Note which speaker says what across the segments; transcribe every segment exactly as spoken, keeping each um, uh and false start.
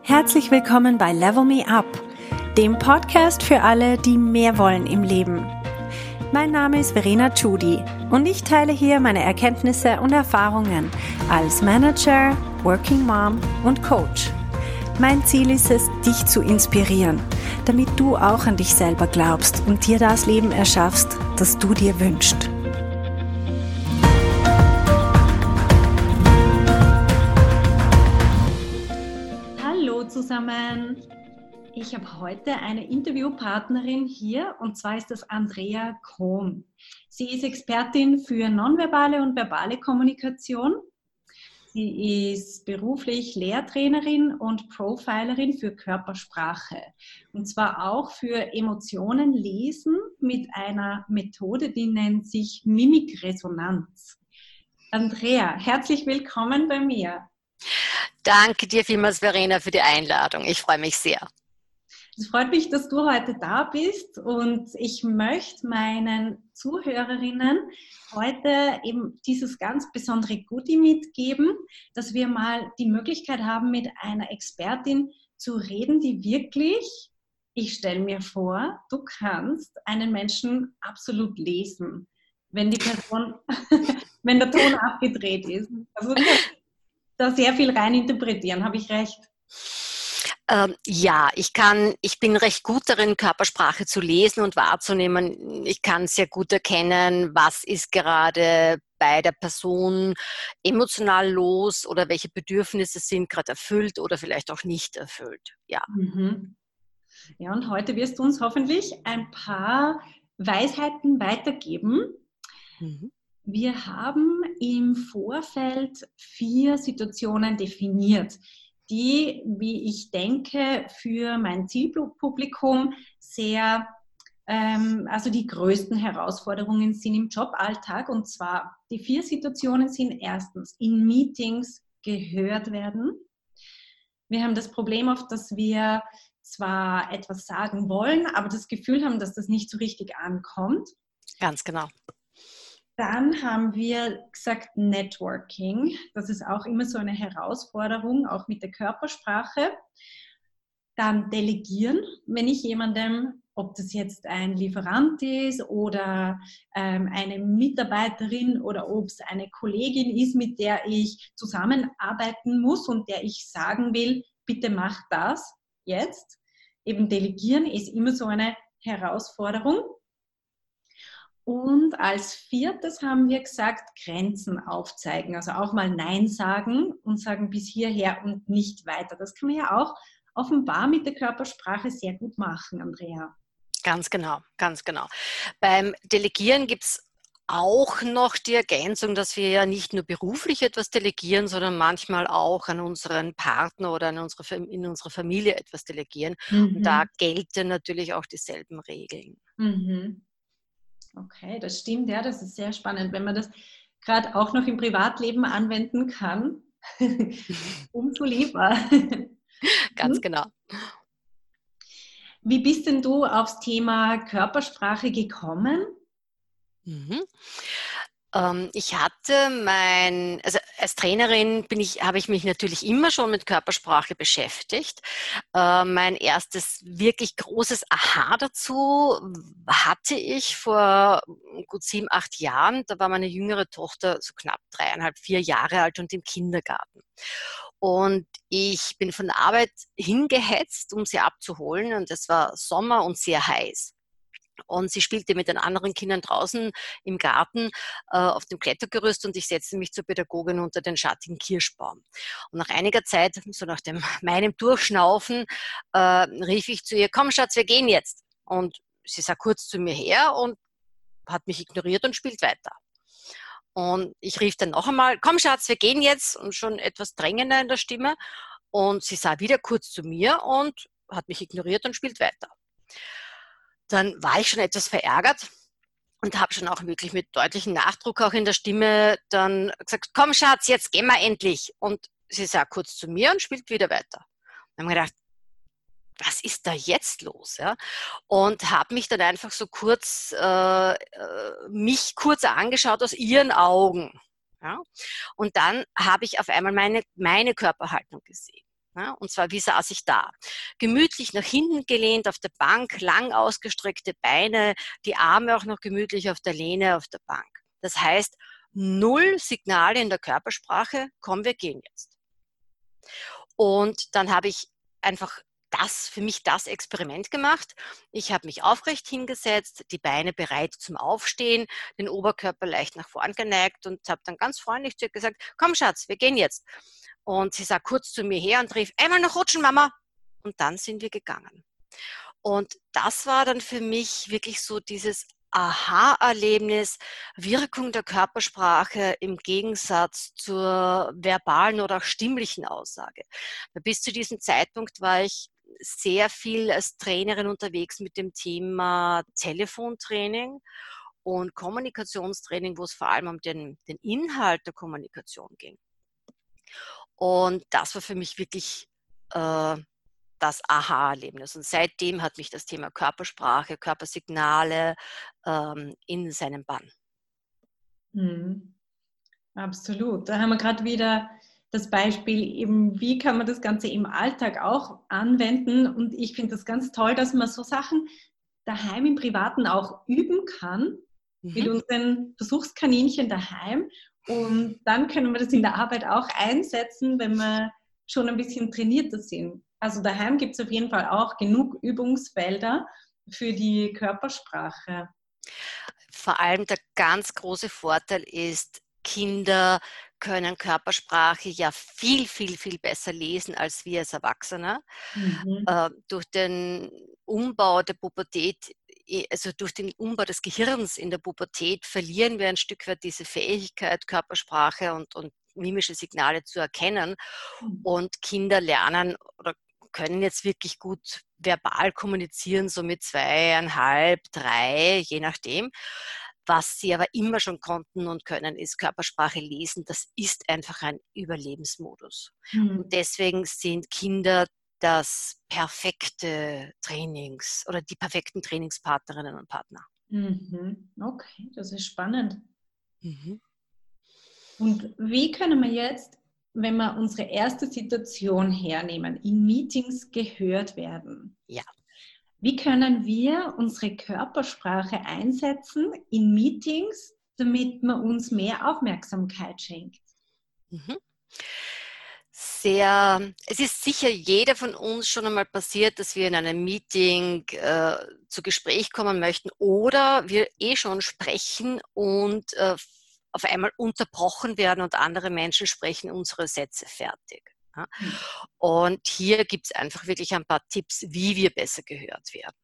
Speaker 1: Herzlich willkommen bei Level Me Up, dem Podcast für alle, die mehr wollen im Leben. Mein Name ist Verena Tschudi und ich teile hier meine Erkenntnisse und Erfahrungen als Manager, Working Mom und Coach. Mein Ziel ist es, dich zu inspirieren, damit du auch an dich selber glaubst und dir das Leben erschaffst, das du dir wünschst. Hallo zusammen! Ich habe heute eine Interviewpartnerin hier und zwar ist das Andrea Kohn. Sie ist Expertin für nonverbale und verbale Kommunikation. Sie ist beruflich Lehrtrainerin und Profilerin für Körpersprache und zwar auch für Emotionen lesen mit einer Methode, die nennt sich Mimikresonanz. Andrea, herzlich willkommen bei mir.
Speaker 2: Danke dir vielmals, Verena, für die Einladung. Ich freue mich sehr.
Speaker 1: Es freut mich, dass du heute da bist und ich möchte meinen Zuhörerinnen heute eben dieses ganz besondere Goodie mitgeben, dass wir mal die Möglichkeit haben, mit einer Expertin zu reden, die wirklich, ich stelle mir vor, du kannst einen Menschen absolut lesen, wenn die Person, wenn der Ton abgedreht ist. Also du kannst da sehr viel rein interpretieren, habe ich recht?
Speaker 2: Ähm, ja, ich kann, ich bin recht gut darin, Körpersprache zu lesen und wahrzunehmen. Ich kann sehr gut erkennen, was ist gerade bei der Person emotional los oder welche Bedürfnisse sind gerade erfüllt oder vielleicht auch nicht erfüllt. Ja.
Speaker 1: Mhm. Ja, und heute wirst du uns hoffentlich ein paar Weisheiten weitergeben. Mhm. Wir haben im Vorfeld vier Situationen definiert, die, wie ich denke, für mein Zielpublikum sehr, ähm, also die größten Herausforderungen sind im Joballtag. Und zwar, die vier Situationen sind erstens, in Meetings gehört werden. Wir haben das Problem oft, dass wir zwar etwas sagen wollen, aber das Gefühl haben, dass das nicht so richtig ankommt.
Speaker 2: Ganz genau.
Speaker 1: Dann haben wir gesagt Networking. Das ist auch immer so eine Herausforderung, auch mit der Körpersprache. Dann Delegieren, wenn ich jemandem, ob das jetzt ein Lieferant ist oder ähm, eine Mitarbeiterin oder ob es eine Kollegin ist, mit der ich zusammenarbeiten muss und der ich sagen will, bitte mach das jetzt. Eben Delegieren ist immer so eine Herausforderung. Und als viertes haben wir gesagt, Grenzen aufzeigen, also auch mal Nein sagen und sagen bis hierher und nicht weiter. Das kann man ja auch offenbar mit der Körpersprache sehr gut machen, Andrea.
Speaker 2: Ganz genau, ganz genau. Beim Delegieren gibt es auch noch die Ergänzung, dass wir ja nicht nur beruflich etwas delegieren, sondern manchmal auch an unseren Partner oder an unsere, in unserer Familie etwas delegieren. Mhm. Und da gelten natürlich auch dieselben Regeln.
Speaker 1: Mhm. Okay, das stimmt, ja, das ist sehr spannend, wenn man das gerade auch noch im Privatleben anwenden kann. Umso lieber.
Speaker 2: Ganz genau.
Speaker 1: Wie bist denn du aufs Thema Körpersprache gekommen?
Speaker 2: Mhm. Ähm, ich hatte mein, also als Trainerin bin ich, habe ich mich natürlich immer schon mit Körpersprache beschäftigt. Äh, mein erstes wirklich großes Aha dazu hatte ich vor gut sieben, acht Jahren. Da war meine jüngere Tochter so knapp dreieinhalb, vier Jahre alt und im Kindergarten. Und ich bin von der Arbeit hingehetzt, um sie abzuholen. Und es war Sommer und sehr heiß. Und sie spielte mit den anderen Kindern draußen im Garten äh, auf dem Klettergerüst und ich setzte mich zur Pädagogin unter den schattigen Kirschbaum. Und nach einiger Zeit, so nach dem, meinem Durchschnaufen, äh, rief ich zu ihr, komm Schatz, wir gehen jetzt. Und sie sah kurz zu mir her und hat mich ignoriert und spielt weiter. Und ich rief dann noch einmal, komm Schatz, wir gehen jetzt, und schon etwas drängender in der Stimme. Und sie sah wieder kurz zu mir und hat mich ignoriert und spielt weiter. Dann war ich schon etwas verärgert und habe schon auch wirklich mit deutlichem Nachdruck auch in der Stimme dann gesagt, komm Schatz, jetzt gehen wir endlich. Und sie sah kurz zu mir und spielt wieder weiter. Dann habe ich gedacht, was ist da jetzt los? Ja? Und habe mich dann einfach so kurz, äh, mich kurz angeschaut aus ihren Augen. Ja? Und dann habe ich auf einmal meine, meine Körperhaltung gesehen. Ja, und zwar, wie saß ich da? Gemütlich nach hinten gelehnt auf der Bank, lang ausgestreckte Beine, die Arme auch noch gemütlich auf der Lehne auf der Bank. Das heißt, null Signale in der Körpersprache, komm, wir gehen jetzt. Und dann habe ich einfach das, für mich das Experiment gemacht. Ich habe mich aufrecht hingesetzt, die Beine bereit zum Aufstehen, den Oberkörper leicht nach vorn geneigt und habe dann ganz freundlich zu ihr gesagt, komm Schatz, wir gehen jetzt. Und sie sah kurz zu mir her und rief, einmal noch rutschen, Mama. Und dann sind wir gegangen. Und das war dann für mich wirklich so dieses Aha-Erlebnis, Wirkung der Körpersprache im Gegensatz zur verbalen oder auch stimmlichen Aussage. Bis zu diesem Zeitpunkt war ich sehr viel als Trainerin unterwegs mit dem Thema Telefontraining und Kommunikationstraining, wo es vor allem um den, den Inhalt der Kommunikation ging. Und das war für mich wirklich äh, das Aha-Erlebnis. Und seitdem hat mich das Thema Körpersprache, Körpersignale ähm, in seinem Bann.
Speaker 1: Mhm. Absolut. Da haben wir gerade wieder das Beispiel eben, wie kann man das Ganze im Alltag auch anwenden. Und ich finde das ganz toll, dass man so Sachen daheim im Privaten auch üben kann, mhm. mit unseren Versuchskaninchen daheim. Und dann können wir das in der Arbeit auch einsetzen, wenn wir schon ein bisschen trainierter sind. Also daheim gibt es auf jeden Fall auch genug Übungsfelder für die Körpersprache.
Speaker 2: Vor allem der ganz große Vorteil ist, Kinder können Körpersprache ja viel, viel, viel besser lesen als wir als Erwachsene. Mhm. Äh, durch den Umbau der Pubertät, also durch den Umbau des Gehirns in der Pubertät verlieren wir ein Stück weit diese Fähigkeit, Körpersprache und, und mimische Signale zu erkennen. Mhm. Und Kinder lernen oder können jetzt wirklich gut verbal kommunizieren, so mit zweieinhalb, drei, je nachdem. Was sie aber immer schon konnten und können, ist Körpersprache lesen. Das ist einfach ein Überlebensmodus. Mhm. Und deswegen sind Kinder das perfekte Trainings- oder die perfekten Trainingspartnerinnen und Partner.
Speaker 1: Mhm. Okay, das ist spannend. Mhm. Und wie können wir jetzt, wenn wir unsere erste Situation hernehmen, in Meetings gehört werden?
Speaker 2: Ja.
Speaker 1: Wie können wir unsere Körpersprache einsetzen in Meetings, damit man uns mehr Aufmerksamkeit schenkt?
Speaker 2: Mhm. Sehr, es ist sicher jeder von uns schon einmal passiert, dass wir in einem Meeting äh, zu Gespräch kommen möchten oder wir eh schon sprechen und äh, auf einmal unterbrochen werden und andere Menschen sprechen unsere Sätze fertig. Ja? Mhm. Und hier gibt es einfach wirklich ein paar Tipps, wie wir besser gehört werden.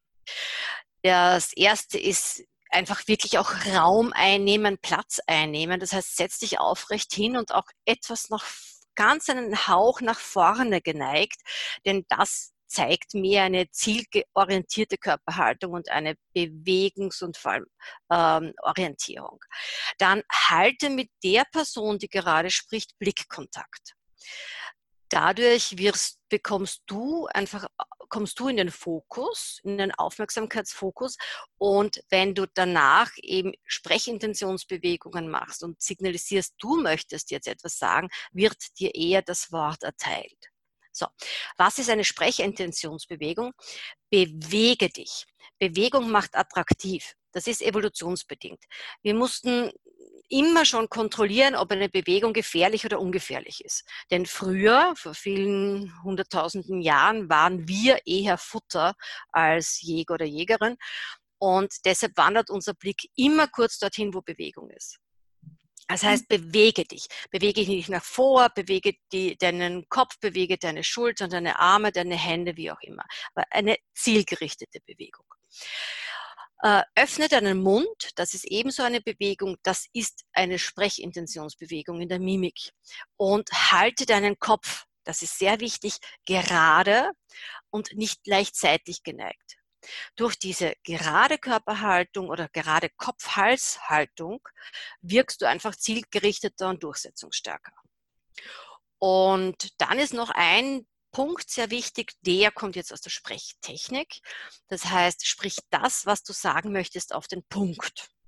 Speaker 2: Das erste ist einfach wirklich auch Raum einnehmen, Platz einnehmen. Das heißt, setz dich aufrecht hin und auch etwas nach ganz einen Hauch nach vorne geneigt, denn das zeigt mir eine zielorientierte Körperhaltung und eine Bewegungs- und vor allem ähm, Orientierung. Dann halte mit der Person, die gerade spricht, Blickkontakt. Dadurch wirst, bekommst du einfach, kommst du in den Fokus, in den Aufmerksamkeitsfokus und wenn du danach eben Sprechintentionsbewegungen machst und signalisierst, du möchtest jetzt etwas sagen, wird dir eher das Wort erteilt. So, was ist eine Sprechintentionsbewegung? Bewege dich. Bewegung macht attraktiv. Das ist evolutionsbedingt. Wir mussten immer schon kontrollieren, ob eine Bewegung gefährlich oder ungefährlich ist. Denn früher, vor vielen hunderttausenden Jahren, waren wir eher Futter als Jäger oder Jägerin. Und deshalb wandert unser Blick immer kurz dorthin, wo Bewegung ist. Das heißt, bewege dich. Bewege dich nach vor, bewege die, deinen Kopf, bewege deine Schultern, deine Arme, deine Hände, wie auch immer. Aber eine zielgerichtete Bewegung. Äh, öffne deinen Mund, das ist ebenso eine Bewegung, das ist eine Sprechintentionsbewegung in der Mimik. Und halte deinen Kopf, das ist sehr wichtig, gerade und nicht leicht seitlich geneigt. Durch diese gerade Körperhaltung oder gerade Kopf-Hals-Haltung wirkst du einfach zielgerichteter und durchsetzungsstärker. Und dann ist noch ein Punkt sehr wichtig, der kommt jetzt aus der Sprechtechnik. Das heißt, sprich das, was du sagen möchtest, auf den Punkt.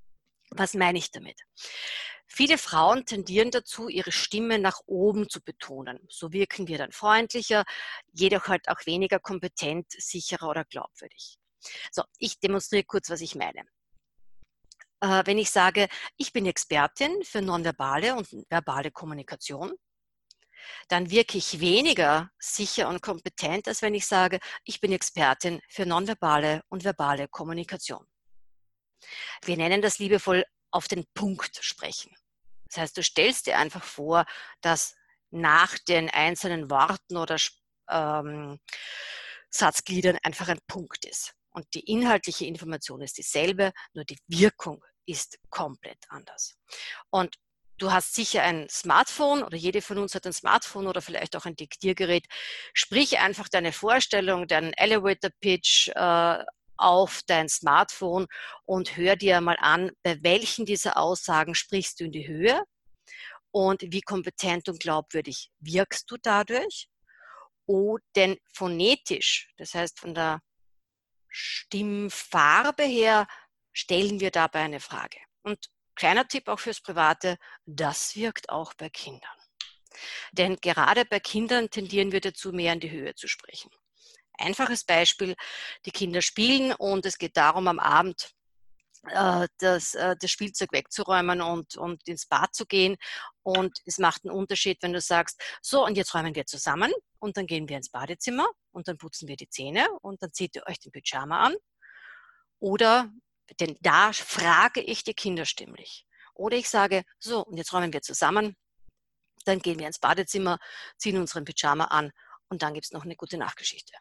Speaker 2: Was meine ich damit? Viele Frauen tendieren dazu, ihre Stimme nach oben zu betonen. So wirken wir dann freundlicher, jedoch halt auch weniger kompetent, sicherer oder glaubwürdig. So, ich demonstriere kurz, was ich meine. Äh, wenn ich sage, ich bin Expertin für nonverbale und verbale Kommunikation, dann wirke ich weniger sicher und kompetent, als wenn ich sage, ich bin Expertin für nonverbale und verbale Kommunikation. Wir nennen das liebevoll auf den Punkt sprechen. Das heißt, du stellst dir einfach vor, dass nach den einzelnen Worten oder ähm, Satzgliedern einfach ein Punkt ist. Und die inhaltliche Information ist dieselbe, nur die Wirkung ist komplett anders. Und du hast sicher ein Smartphone oder jede von uns hat ein Smartphone oder vielleicht auch ein Diktiergerät. Sprich einfach deine Vorstellung, deinen Elevator Pitch äh, auf dein Smartphone und hör dir mal an, bei welchen dieser Aussagen sprichst du in die Höhe und wie kompetent und glaubwürdig wirkst du dadurch. Oh, denn phonetisch, das heißt von der Stimmfarbe her, stellen wir dabei eine Frage. Und kleiner Tipp auch fürs Private, das wirkt auch bei Kindern. Denn gerade bei Kindern tendieren wir dazu, mehr in die Höhe zu sprechen. Einfaches Beispiel, die Kinder spielen und es geht darum, am Abend äh, das, äh, das Spielzeug wegzuräumen und, und ins Bad zu gehen. Und es macht einen Unterschied, wenn du sagst, so und jetzt räumen wir zusammen und dann gehen wir ins Badezimmer und dann putzen wir die Zähne und dann zieht ihr euch den Pyjama an. Oder, denn da frage ich die Kinder stimmlich. Oder ich sage, so und jetzt räumen wir zusammen, dann gehen wir ins Badezimmer, ziehen unseren Pyjama an und dann gibt es noch eine gute Nachgeschichte.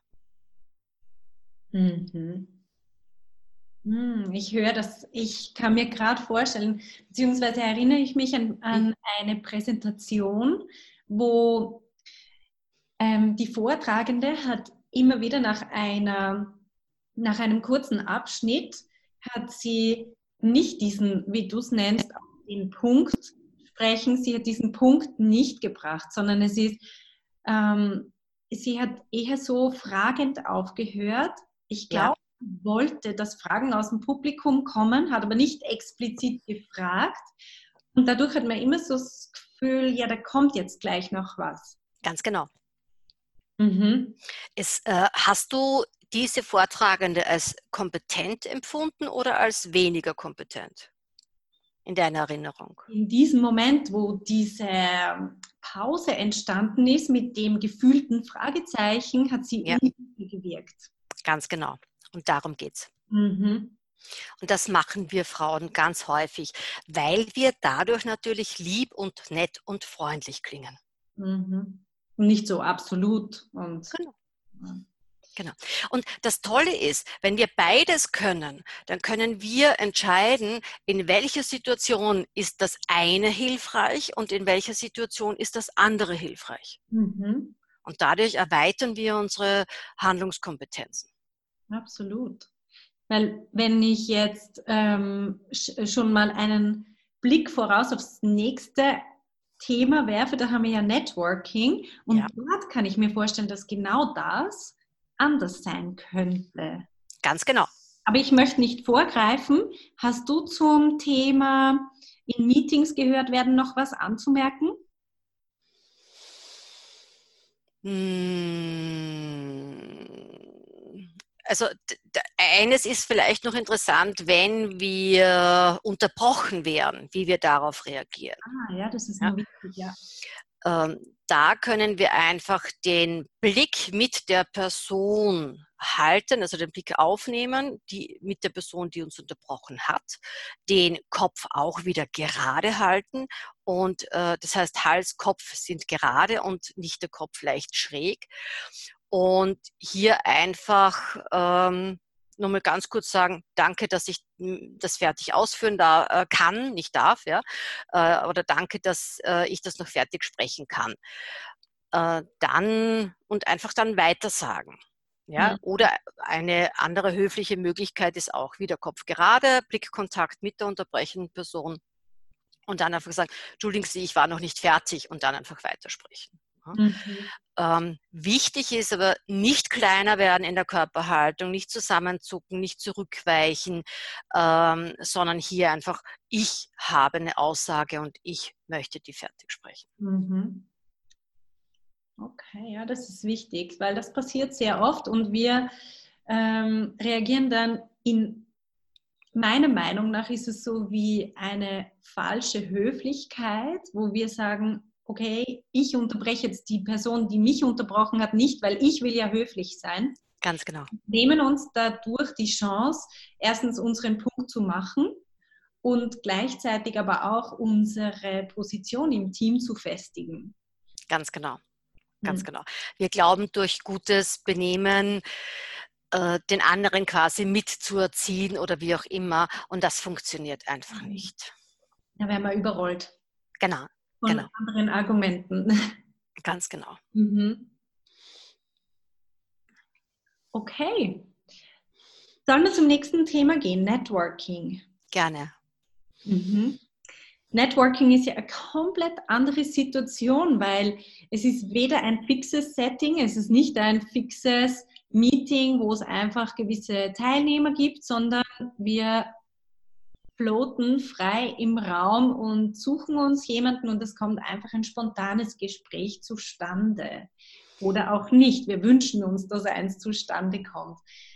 Speaker 1: Mhm. Ich höre das, ich kann mir gerade vorstellen, beziehungsweise erinnere ich mich an, an eine Präsentation, wo ähm, die Vortragende hat immer wieder nach, einer, nach einem kurzen Abschnitt, hat sie nicht diesen, wie du es nennst, den Punkt sprechen, sie hat diesen Punkt nicht gebracht, sondern es ist, ähm, sie hat eher so fragend aufgehört. Ich glaube, ja. wollte, dass Fragen aus dem Publikum kommen, hat aber nicht explizit gefragt. Und dadurch hat man immer so das Gefühl, ja, da kommt jetzt gleich noch was.
Speaker 2: Ganz genau.
Speaker 1: Mhm.
Speaker 2: Es, äh, hast du diese Vortragende als kompetent empfunden oder als weniger kompetent in deiner Erinnerung?
Speaker 1: In diesem Moment, wo diese Pause entstanden ist mit dem gefühlten Fragezeichen, hat sie
Speaker 2: ja.
Speaker 1: unsicher gewirkt.
Speaker 2: Ganz genau. Und darum geht's.
Speaker 1: Mhm.
Speaker 2: Und das machen wir Frauen ganz häufig, weil wir dadurch natürlich lieb und nett und freundlich klingen.
Speaker 1: Mhm. Nicht so absolut. Und
Speaker 2: genau. Genau. Und das Tolle ist, wenn wir beides können, dann können wir entscheiden, in welcher Situation ist das eine hilfreich und in welcher Situation ist das andere hilfreich.
Speaker 1: Mhm.
Speaker 2: Und dadurch erweitern wir unsere Handlungskompetenzen.
Speaker 1: Absolut. Weil wenn ich jetzt ähm, schon mal einen Blick voraus aufs nächste Thema werfe, da haben wir ja Networking und ja. dort kann ich mir vorstellen, dass genau das anders sein könnte.
Speaker 2: Ganz genau.
Speaker 1: Aber ich möchte nicht vorgreifen. Hast du zum Thema in Meetings gehört werden noch was anzumerken?
Speaker 2: Also eines ist vielleicht noch interessant, wenn wir unterbrochen werden, wie wir darauf reagieren.
Speaker 1: Ah, ja, das ist ja. nur wichtig, ja.
Speaker 2: Ähm, da können wir einfach den Blick mit der Person halten, also den Blick aufnehmen, die, mit der Person, die uns unterbrochen hat, den Kopf auch wieder gerade halten und äh, das heißt Hals, Kopf sind gerade und nicht der Kopf leicht schräg und hier einfach ähm, nochmal ganz kurz sagen, danke, dass ich das fertig ausführen da, äh, kann, nicht darf, ja, äh, oder danke, dass äh, ich das noch fertig sprechen kann. Äh, dann und einfach dann weitersagen. Ja? Mhm. Oder eine andere höfliche Möglichkeit ist auch wieder Kopf gerade, Blickkontakt mit der unterbrechenden Person und dann einfach sagen, entschuldigen Sie, ich war noch nicht fertig und dann einfach weitersprechen.
Speaker 1: Mhm.
Speaker 2: Ähm, wichtig ist aber nicht kleiner werden in der Körperhaltung, nicht zusammenzucken, nicht zurückweichen, ähm, sondern hier einfach, ich habe eine Aussage und ich möchte die fertig sprechen.
Speaker 1: Mhm. Okay, ja, das ist wichtig, weil das passiert sehr oft und wir ähm, reagieren dann in meiner Meinung nach ist es so wie eine falsche Höflichkeit, wo wir sagen, okay, ich unterbreche jetzt die Person, die mich unterbrochen hat, nicht, weil ich will ja höflich sein.
Speaker 2: Ganz genau.
Speaker 1: Nehmen uns dadurch die Chance, erstens unseren Punkt zu machen und gleichzeitig aber auch unsere Position im Team zu festigen.
Speaker 2: Ganz genau. Ganz
Speaker 1: Hm.
Speaker 2: genau. Wir glauben, durch gutes Benehmen äh, den anderen quasi mitzuerziehen oder wie auch immer. Und das funktioniert einfach nicht.
Speaker 1: Da werden wir überrollt
Speaker 2: Genau,
Speaker 1: von
Speaker 2: genau,
Speaker 1: anderen Argumenten.
Speaker 2: ganz genau.
Speaker 1: Mhm. Okay. Sollen wir zum nächsten Thema gehen? Networking.
Speaker 2: Gerne.
Speaker 1: Mhm. Networking ist ja eine komplett andere Situation, weil es ist weder ein fixes Setting, es ist nicht ein fixes Meeting, wo es einfach gewisse Teilnehmer gibt, sondern wir floaten frei im Raum und suchen uns jemanden und es kommt einfach ein spontanes Gespräch zustande. Oder auch nicht. Wir wünschen uns, dass eins zustande kommt.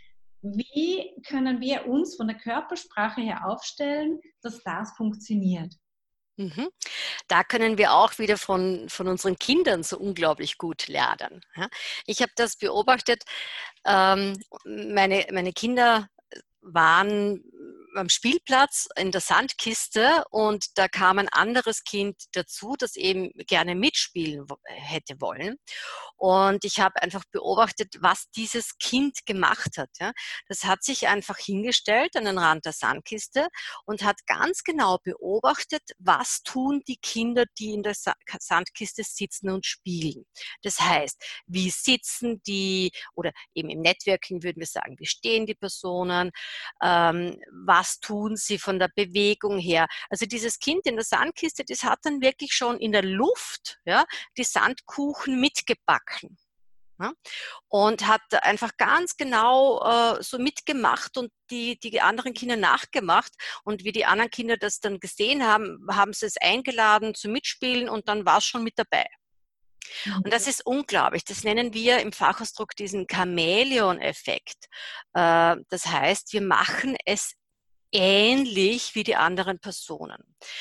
Speaker 1: Wie können wir uns von der Körpersprache her aufstellen, dass das funktioniert?
Speaker 2: Mhm. Da können wir auch wieder von, von unseren Kindern so unglaublich gut lernen. Ja? Ich habe das beobachtet. Ähm, meine, meine Kinder waren am Spielplatz in der Sandkiste und da kam ein anderes Kind dazu, das eben gerne mitspielen hätte wollen. Und ich habe einfach beobachtet, was dieses Kind gemacht hat. Ja. Das hat sich einfach hingestellt an den Rand der Sandkiste und hat ganz genau beobachtet, was tun die Kinder, die in der Sandkiste sitzen und spielen. Das heißt, wie sitzen die, oder eben im Networking würden wir sagen, wie stehen die Personen, ähm, was tun sie von der Bewegung her. Also dieses Kind in der Sandkiste, das hat dann wirklich schon in der Luft, ja, die Sandkuchen mitgebacken. Ja, und hat einfach ganz genau äh, so mitgemacht und die, die anderen Kinder nachgemacht. Und wie die anderen Kinder das dann gesehen haben, haben sie es eingeladen zum Mitspielen und dann war es schon mit dabei. Und das ist unglaublich. Das nennen wir im Fachausdruck diesen Chamäleon-Effekt. Äh, das heißt, wir machen es ähnlich wie die anderen Personen.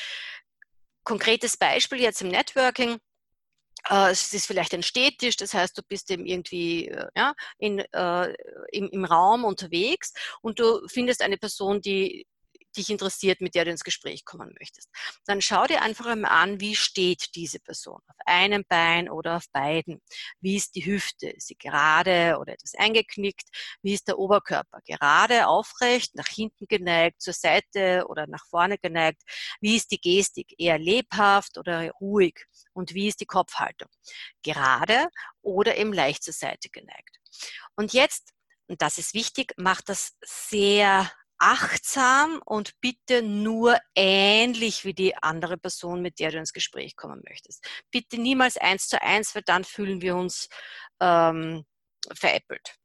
Speaker 2: Konkretes Beispiel jetzt im Networking. Es ist vielleicht ein Städtisch, das heißt, du bist eben irgendwie ja, in, äh, im, im Raum unterwegs und du findest eine Person, die dich interessiert, mit der du ins Gespräch kommen möchtest. Dann schau dir einfach einmal an, wie steht diese Person? Auf einem Bein oder auf beiden? Wie ist die Hüfte? Ist sie gerade oder etwas eingeknickt? Wie ist der Oberkörper? Gerade, aufrecht, nach hinten geneigt, zur Seite oder nach vorne geneigt? Wie ist die Gestik? Eher lebhaft oder ruhig? Und wie ist die Kopfhaltung? Gerade oder eben leicht zur Seite geneigt? Und jetzt, und das ist wichtig, mach das sehr achtsam und bitte nur ähnlich wie die andere Person, mit der du ins Gespräch kommen möchtest. Bitte niemals eins zu eins, weil dann fühlen wir uns ähm, veräppelt.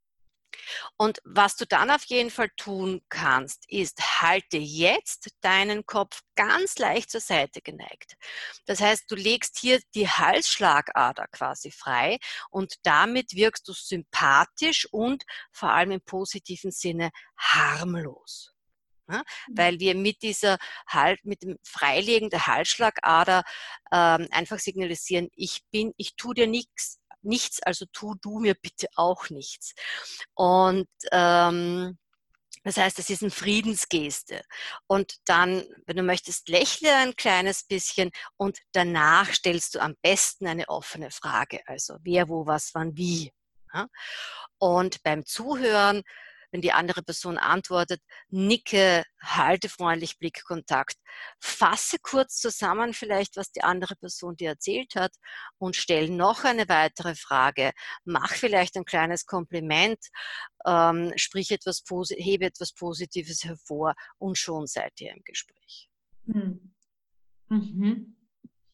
Speaker 2: Und was du dann auf jeden Fall tun kannst, ist, halte jetzt deinen Kopf ganz leicht zur Seite geneigt. Das heißt, du legst hier die Halsschlagader quasi frei und damit wirkst du sympathisch und vor allem im positiven Sinne harmlos. Ja, weil wir mit dieser halt mit dem Freilegen der Halsschlagader ähm, einfach signalisieren, ich bin, ich tue dir nichts, nichts, also tu du mir bitte auch nichts. Und ähm, das heißt, das ist eine Friedensgeste. Und dann, wenn du möchtest, lächle ein kleines bisschen und danach stellst du am besten eine offene Frage. Also wer, wo, was, wann, wie. Ja? Und beim Zuhören, wenn die andere Person antwortet, nicke, halte freundlich Blickkontakt, fasse kurz zusammen vielleicht, was die andere Person dir erzählt hat und stell noch eine weitere Frage, mach vielleicht ein kleines Kompliment, ähm, sprich etwas, hebe etwas Positives hervor und schon seid ihr im Gespräch.
Speaker 1: Mhm. Mhm.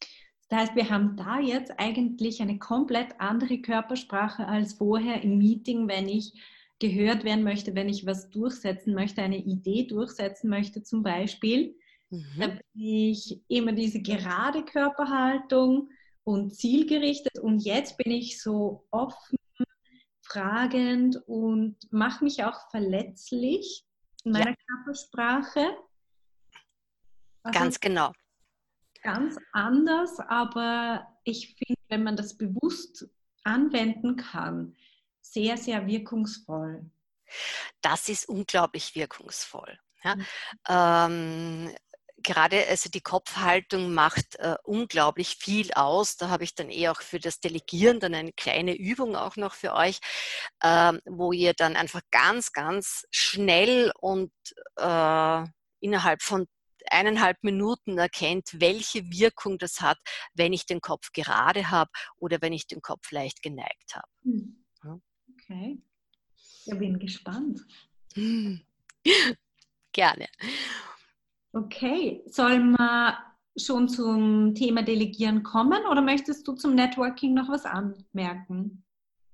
Speaker 1: Das heißt, wir haben da jetzt eigentlich eine komplett andere Körpersprache als vorher im Meeting, wenn ich gehört werden möchte, wenn ich was durchsetzen möchte, eine Idee durchsetzen möchte zum Beispiel.
Speaker 2: Mhm.
Speaker 1: Da bin ich immer diese gerade Körperhaltung und zielgerichtet und jetzt bin ich so offen, fragend und mache mich auch verletzlich in
Speaker 2: Ja,
Speaker 1: meiner Körpersprache. Also
Speaker 2: ganz genau.
Speaker 1: ganz anders, aber ich finde, wenn man das bewusst anwenden kann, sehr, sehr wirkungsvoll.
Speaker 2: Das ist unglaublich wirkungsvoll. Ja. Ähm, gerade also die Kopfhaltung macht äh, unglaublich viel aus. Da habe ich dann eh auch für das Delegieren dann eine kleine Übung auch noch für euch, ähm, wo ihr dann einfach ganz, ganz schnell und äh, innerhalb von eineinhalb Minuten erkennt, welche Wirkung das hat, wenn ich den Kopf gerade habe oder wenn ich den Kopf leicht geneigt habe.
Speaker 1: Hm.
Speaker 2: Ja.
Speaker 1: Okay, ich bin gespannt.
Speaker 2: Hm. Gerne.
Speaker 1: Okay, soll man schon zum Thema Delegieren kommen oder möchtest du zum Networking noch was anmerken?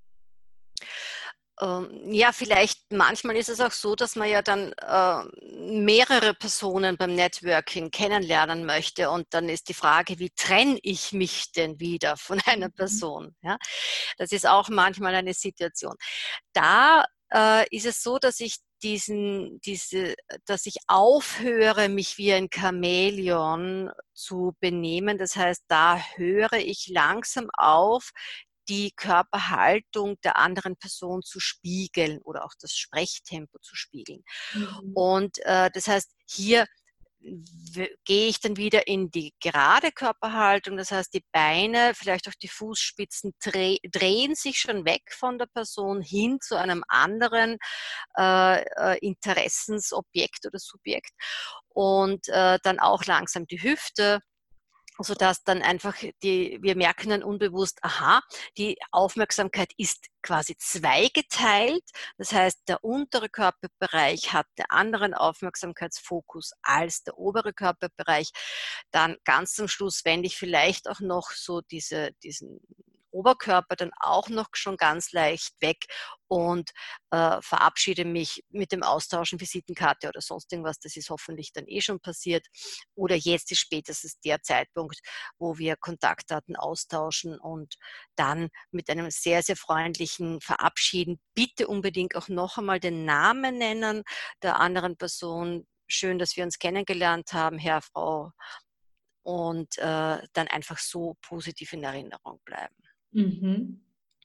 Speaker 2: Ähm, ja, vielleicht manchmal ist es auch so, dass man ja dann äh, mehrere Personen beim Networking kennenlernen möchte und dann ist die Frage, wie trenne ich mich denn wieder von einer Person? Ja, das ist auch manchmal eine Situation. Da äh, ist es so, dass ich diesen, diese, dass ich aufhöre, mich wie ein Chamäleon zu benehmen. Das heißt, da höre ich langsam auf, die Körperhaltung der anderen Person zu spiegeln oder auch das Sprechtempo zu spiegeln.
Speaker 1: Mhm.
Speaker 2: Und äh, das heißt, hier gehe ich dann wieder in die gerade Körperhaltung, das heißt die Beine, vielleicht auch die Fußspitzen dreh, drehen sich schon weg von der Person hin zu einem anderen äh, äh, Interessensobjekt oder Subjekt und äh, dann auch langsam die Hüfte, sodass dann einfach die, wir merken dann unbewusst, aha, die Aufmerksamkeit ist quasi zweigeteilt. Das heißt, der untere Körperbereich hat einen anderen Aufmerksamkeitsfokus als der obere Körperbereich. Dann ganz zum Schluss wende ich vielleicht auch noch so diese, diesen Oberkörper dann auch noch schon ganz leicht weg und äh, verabschiede mich mit dem Austauschen Visitenkarte oder sonst irgendwas. Das ist hoffentlich dann eh schon passiert. Oder jetzt ist spätestens der Zeitpunkt, wo wir Kontaktdaten austauschen und dann mit einem sehr, sehr freundlichen Verabschieden bitte unbedingt auch noch einmal den Namen nennen der anderen Person. Schön, dass wir uns kennengelernt haben, Herr, Frau. Und äh, dann einfach so positiv in Erinnerung bleiben.
Speaker 1: Mhm.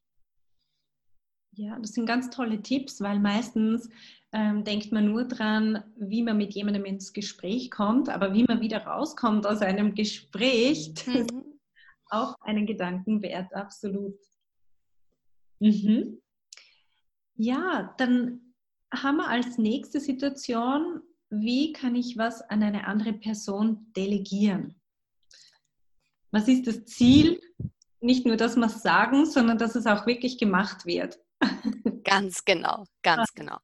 Speaker 1: Ja, das sind ganz tolle Tipps, weil meistens ähm, denkt man nur dran, wie man mit jemandem ins Gespräch kommt, aber wie man wieder rauskommt aus einem Gespräch, das ist
Speaker 2: Mhm.
Speaker 1: auch einen Gedanken wert, absolut. Mhm. Ja, dann haben wir als nächste Situation, wie kann ich was an eine andere Person delegieren? Was ist das Ziel? Nicht nur, dass wir es sagen, sondern dass es auch wirklich gemacht wird.
Speaker 2: Ganz genau, ganz genau.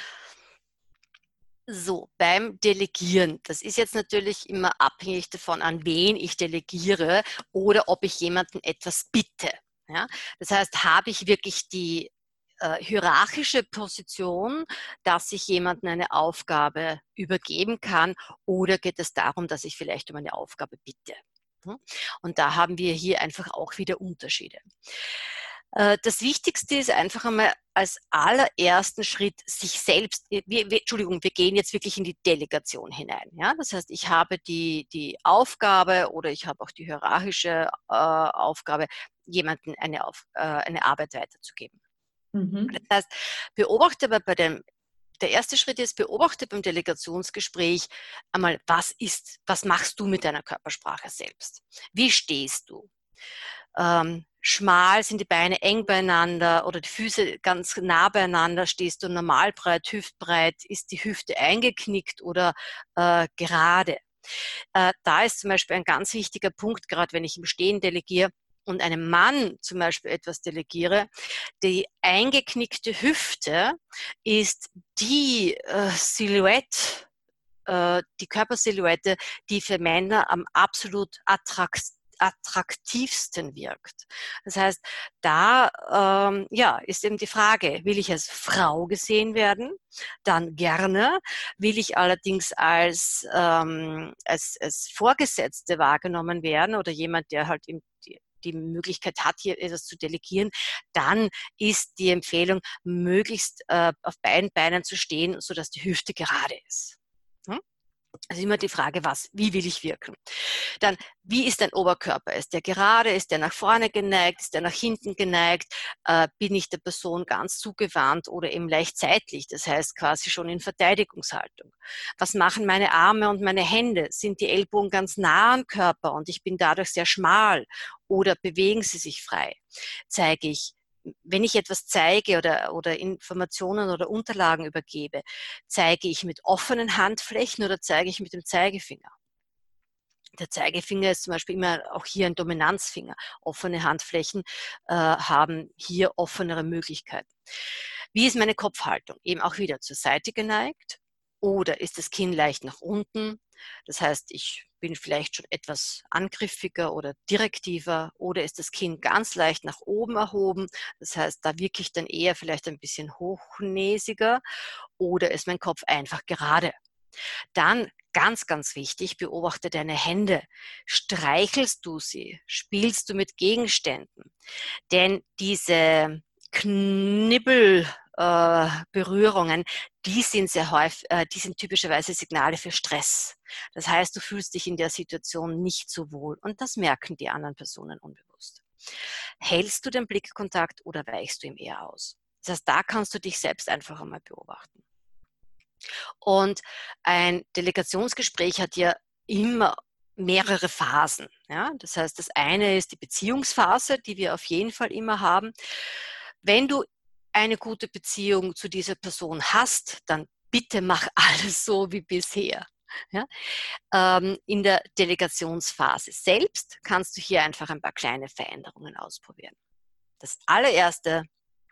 Speaker 2: So, beim Delegieren, das ist jetzt natürlich immer abhängig davon, an wen ich delegiere oder ob ich jemanden etwas bitte. Ja? Das heißt, habe ich wirklich die äh, hierarchische Position, dass ich jemandem eine Aufgabe übergeben kann, oder geht es darum, dass ich vielleicht um eine Aufgabe bitte? Und da haben wir hier einfach auch wieder Unterschiede. Das Wichtigste ist einfach einmal als allerersten Schritt sich selbst, wir, wir, Entschuldigung, wir gehen jetzt wirklich in die Delegation hinein. Ja? Das heißt, ich habe die, die Aufgabe oder ich habe auch die hierarchische äh, Aufgabe, jemandem eine, Auf, äh, eine Arbeit weiterzugeben.
Speaker 1: Mhm.
Speaker 2: Das heißt, beobachte aber bei dem, der erste Schritt ist, beobachte beim Delegationsgespräch einmal, was ist, was machst du mit deiner Körpersprache selbst? Wie stehst du? Ähm, schmal sind die Beine eng beieinander oder die Füße ganz nah beieinander, stehst du normal breit, hüftbreit, ist die Hüfte eingeknickt oder äh, gerade. Äh, da ist zum Beispiel ein ganz wichtiger Punkt, gerade wenn ich im Stehen delegiere und einem Mann zum Beispiel etwas delegiere, die eingeknickte Hüfte ist die äh, Silhouette, äh, die Körpersilhouette, die für Männer am absolut attrakt attraktivsten wirkt. Das heißt, da ähm, ja, ist eben die Frage, will ich als Frau gesehen werden? Dann gerne. Will ich allerdings als, ähm, als, als Vorgesetzte wahrgenommen werden oder jemand, der halt im die Möglichkeit hat, hier etwas zu delegieren, dann ist die Empfehlung, möglichst äh, auf beiden Beinen zu stehen, sodass die Hüfte gerade ist. Hm? Also immer die Frage, was, wie will ich wirken? Dann, wie ist dein Oberkörper? Ist der gerade? Ist der nach vorne geneigt? Ist der nach hinten geneigt? Äh, bin ich der Person ganz zugewandt oder eben leicht seitlich? Das heißt quasi schon in Verteidigungshaltung. Was machen meine Arme und meine Hände? Sind die Ellbogen ganz nah am Körper und ich bin dadurch sehr schmal? Oder bewegen sie sich frei? Zeige ich Wenn ich etwas zeige oder, oder Informationen oder Unterlagen übergebe, zeige ich mit offenen Handflächen oder zeige ich mit dem Zeigefinger? Der Zeigefinger ist zum Beispiel immer auch hier ein Dominanzfinger. Offene Handflächen äh, haben hier offenere Möglichkeiten. Wie ist meine Kopfhaltung? Eben auch wieder zur Seite geneigt oder ist das Kinn leicht nach unten? Das heißt, ich bin vielleicht schon etwas angriffiger oder direktiver oder ist das Kinn ganz leicht nach oben erhoben? Das heißt, da wirke ich dann eher vielleicht ein bisschen hochnäsiger oder ist mein Kopf einfach gerade? Dann ganz, ganz wichtig, beobachte deine Hände. Streichelst du sie? Spielst du mit Gegenständen? Denn diese Knibbelberührungen, äh, die sind sehr häufig, äh, die sind typischerweise Signale für Stress. Das heißt, du fühlst dich in der Situation nicht so wohl und das merken die anderen Personen unbewusst. Hältst du den Blickkontakt oder weichst du ihm eher aus? Das heißt, da kannst du dich selbst einfach einmal beobachten. Und ein Delegationsgespräch hat ja immer mehrere Phasen. Ja? Das heißt, das eine ist die Beziehungsphase, die wir auf jeden Fall immer haben. Wenn du eine gute Beziehung zu dieser Person hast, dann bitte mach alles so wie bisher. Ja? Ähm, in der Delegationsphase selbst kannst du hier einfach ein paar kleine Veränderungen ausprobieren. Das allererste: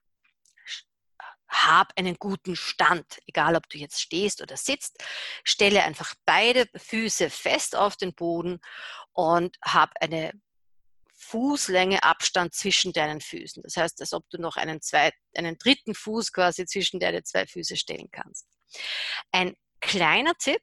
Speaker 2: Hab einen guten Stand, egal ob du jetzt stehst oder sitzt. Stelle einfach beide Füße fest auf den Boden und hab eine Fußlänge Abstand zwischen deinen Füßen. Das heißt, als ob du noch einen, zwei, einen dritten Fuß quasi zwischen deine zwei Füße stellen kannst. Ein kleiner Tipp: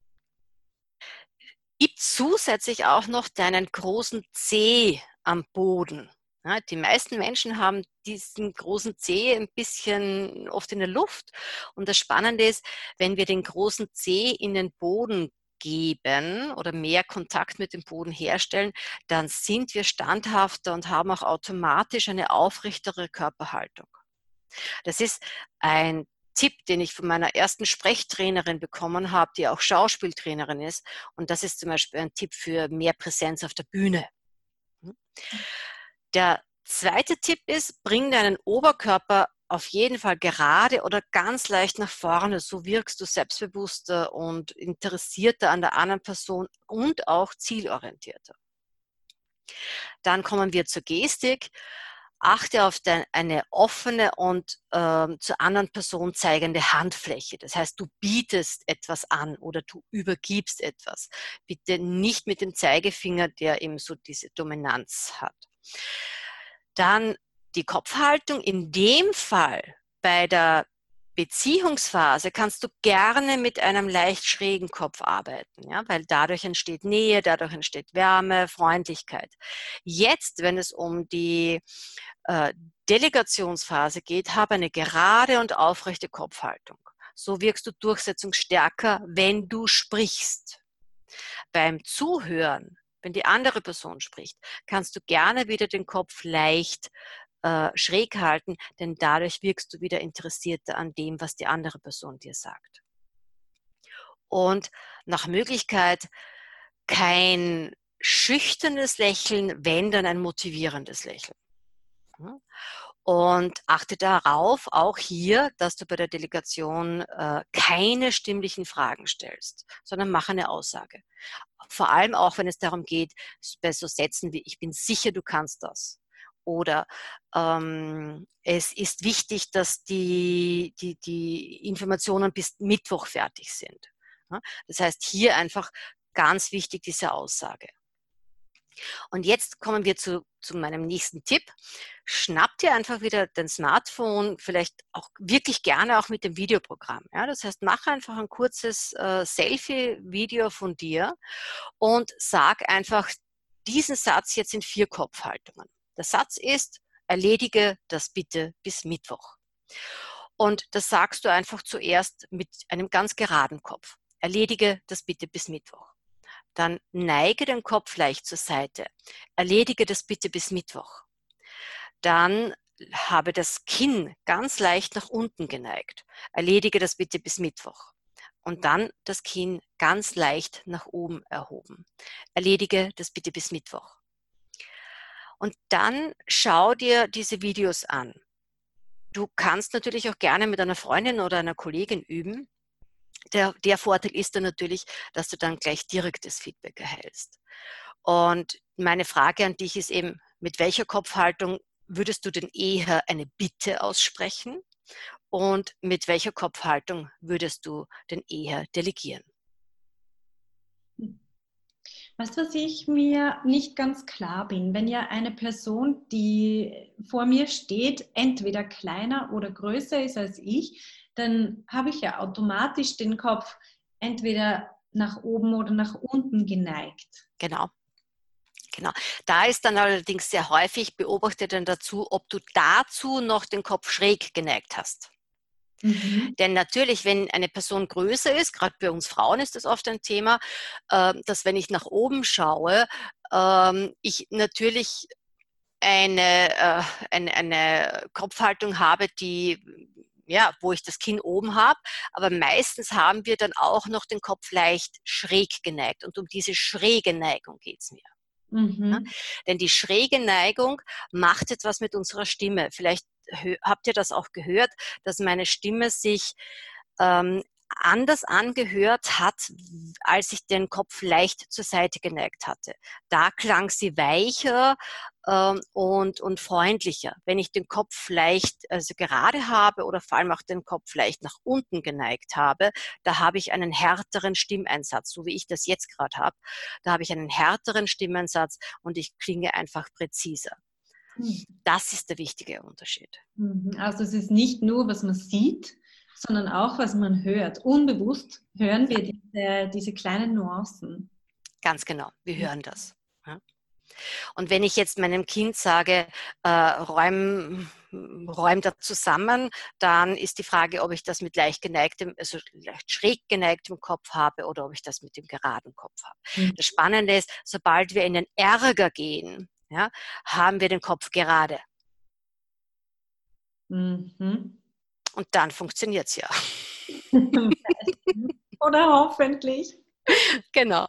Speaker 2: Gib zusätzlich auch noch deinen großen Zeh am Boden. Ja, die meisten Menschen haben diesen großen Zeh ein bisschen oft in der Luft. Und das Spannende ist, wenn wir den großen Zeh in den Boden geben oder mehr Kontakt mit dem Boden herstellen, dann sind wir standhafter und haben auch automatisch eine aufrechtere Körperhaltung. Das ist ein Tipp, den ich von meiner ersten Sprechtrainerin bekommen habe, die auch Schauspieltrainerin ist. Und das ist zum Beispiel ein Tipp für mehr Präsenz auf der Bühne. Der zweite Tipp ist, bring deinen Oberkörper auf jeden Fall gerade oder ganz leicht nach vorne. So wirkst du selbstbewusster und interessierter an der anderen Person und auch zielorientierter. Dann kommen wir zur Gestik. Achte auf dein, eine offene und ähm, zur anderen Person zeigende Handfläche. Das heißt, du bietest etwas an oder du übergibst etwas. Bitte nicht mit dem Zeigefinger, der eben so diese Dominanz hat. Dann die Kopfhaltung. In dem Fall bei der Beziehungsphase kannst du gerne mit einem leicht schrägen Kopf arbeiten, ja, weil dadurch entsteht Nähe, dadurch entsteht Wärme, Freundlichkeit. Jetzt, wenn es um die äh, Delegationsphase geht, habe eine gerade und aufrechte Kopfhaltung. So wirkst du durchsetzungsstärker, wenn du sprichst. Beim Zuhören, wenn die andere Person spricht, kannst du gerne wieder den Kopf leicht äh, schräg halten, denn dadurch wirkst du wieder interessierter an dem, was die andere Person dir sagt. Und nach Möglichkeit kein schüchternes Lächeln, wenn dann ein motivierendes Lächeln. Und achte darauf, auch hier, dass du bei der Delegation äh, keine stimmlichen Fragen stellst, sondern mach eine Aussage. Vor allem auch, wenn es darum geht, bei so Sätzen wie "Ich bin sicher, du kannst das" oder ähm, "Es ist wichtig, dass die, die, die Informationen bis Mittwoch fertig sind." Ja? Das heißt, hier einfach ganz wichtig diese Aussage. Und jetzt kommen wir zu, zu meinem nächsten Tipp. Schnapp dir einfach wieder dein Smartphone, vielleicht auch wirklich gerne auch mit dem Videoprogramm. Ja? Das heißt, mach einfach ein kurzes äh, Selfie-Video von dir und sag einfach diesen Satz jetzt in vier Kopfhaltungen. Der Satz ist, erledige das bitte bis Mittwoch. Und das sagst du einfach zuerst mit einem ganz geraden Kopf. Erledige das bitte bis Mittwoch. Dann neige den Kopf leicht zur Seite. Erledige das bitte bis Mittwoch. Dann habe das Kinn ganz leicht nach unten geneigt. Erledige das bitte bis Mittwoch. Und dann das Kinn ganz leicht nach oben erhoben. Erledige das bitte bis Mittwoch. Und dann schau dir diese Videos an. Du kannst natürlich auch gerne mit einer Freundin oder einer Kollegin üben. Der, der Vorteil ist dann natürlich, dass du dann gleich direktes Feedback erhältst. Und meine Frage an dich ist eben, mit welcher Kopfhaltung würdest du denn eher eine Bitte aussprechen und mit welcher Kopfhaltung würdest du denn eher delegieren?
Speaker 1: Weißt du, was ich mir nicht ganz klar bin? Wenn ja eine Person, die vor mir steht, entweder kleiner oder größer ist als ich, dann habe ich ja automatisch den Kopf entweder nach oben oder nach unten geneigt.
Speaker 2: Genau. Genau. Da ist dann allerdings sehr häufig, beobachte dann dazu, ob du dazu noch den Kopf schräg geneigt hast. Mhm. Denn natürlich, wenn eine Person größer ist, gerade bei uns Frauen ist das oft ein Thema, äh, dass wenn ich nach oben schaue, äh, ich natürlich eine, äh, eine, eine Kopfhaltung habe, die, ja, wo ich das Kinn oben habe, aber meistens haben wir dann auch noch den Kopf leicht schräg geneigt und um diese schräge Neigung geht es mir. Mhm. Ja? Denn die schräge Neigung macht etwas mit unserer Stimme. Vielleicht habt ihr das auch gehört, dass meine Stimme sich ähm, anders angehört hat, als ich den Kopf leicht zur Seite geneigt hatte. Da klang sie weicher ähm, und, und freundlicher. Wenn ich den Kopf leicht also gerade habe oder vor allem auch den Kopf leicht nach unten geneigt habe, da habe ich einen härteren Stimmeinsatz, so wie ich das jetzt gerade habe. Da habe ich einen härteren Stimmeinsatz und ich klinge einfach präziser. Das ist der wichtige Unterschied.
Speaker 1: Also es ist nicht nur, was man sieht, sondern auch, was man hört. Unbewusst hören wir diese, diese kleinen Nuancen.
Speaker 2: Ganz genau, wir hören das. Ja. Und wenn ich jetzt meinem Kind sage, äh, räum, räum da zusammen, dann ist die Frage, ob ich das mit leicht geneigtem, also leicht schräg geneigtem Kopf habe oder ob ich das mit dem geraden Kopf habe. Mhm. Das Spannende ist, sobald wir in den Ärger gehen, ja, haben wir den Kopf gerade. Mhm. Und dann funktioniert es ja.
Speaker 1: Oder hoffentlich.
Speaker 2: Genau.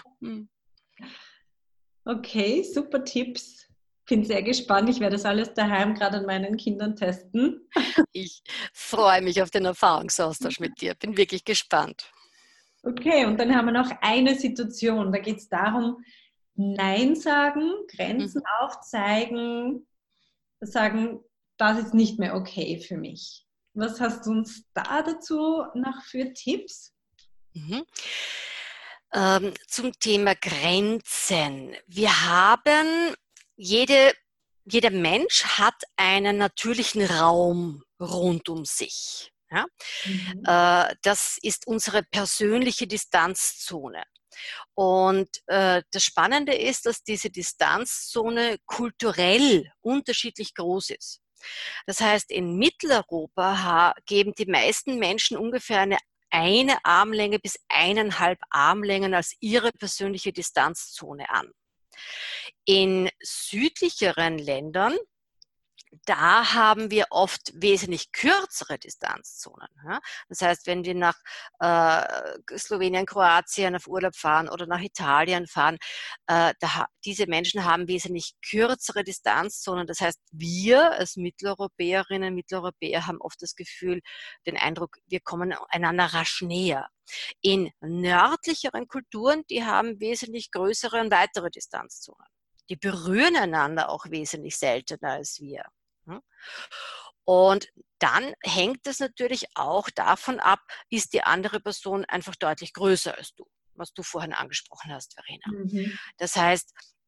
Speaker 1: Okay, super Tipps. Bin sehr gespannt. Ich werde das alles daheim gerade an meinen Kindern testen.
Speaker 2: Ich freue mich auf den Erfahrungsaustausch mit dir. Bin wirklich gespannt.
Speaker 1: Okay, und dann haben wir noch eine Situation. Da geht es darum, Nein sagen, Grenzen mhm. aufzeigen, sagen, das ist nicht mehr okay für mich. Was hast du uns da dazu noch für Tipps?
Speaker 2: Mhm. Ähm, zum Thema Grenzen. Wir haben, jede, jeder Mensch hat einen natürlichen Raum rund um sich. Ja? Mhm. Äh, das ist unsere persönliche Distanzzone. Und äh, das Spannende ist, dass diese Distanzzone kulturell unterschiedlich groß ist. Das heißt, in Mitteleuropa geben die meisten Menschen ungefähr eine eine Armlänge bis eineinhalb Armlängen als ihre persönliche Distanzzone an. In südlicheren Ländern, da haben wir oft wesentlich kürzere Distanzzonen. Ja? Das heißt, wenn wir nach äh, Slowenien, Kroatien auf Urlaub fahren oder nach Italien fahren, äh, da, diese Menschen haben wesentlich kürzere Distanzzonen. Das heißt, wir als Mitteleuropäerinnen, Mitteleuropäer haben oft das Gefühl, den Eindruck, wir kommen einander rasch näher. In nördlicheren Kulturen, die haben wesentlich größere und weitere Distanzzonen. Die berühren einander auch wesentlich seltener als wir. Und dann hängt es natürlich auch davon ab, ist die andere Person einfach deutlich größer als du, was du vorhin angesprochen hast, Verena. Mhm. Das heißt,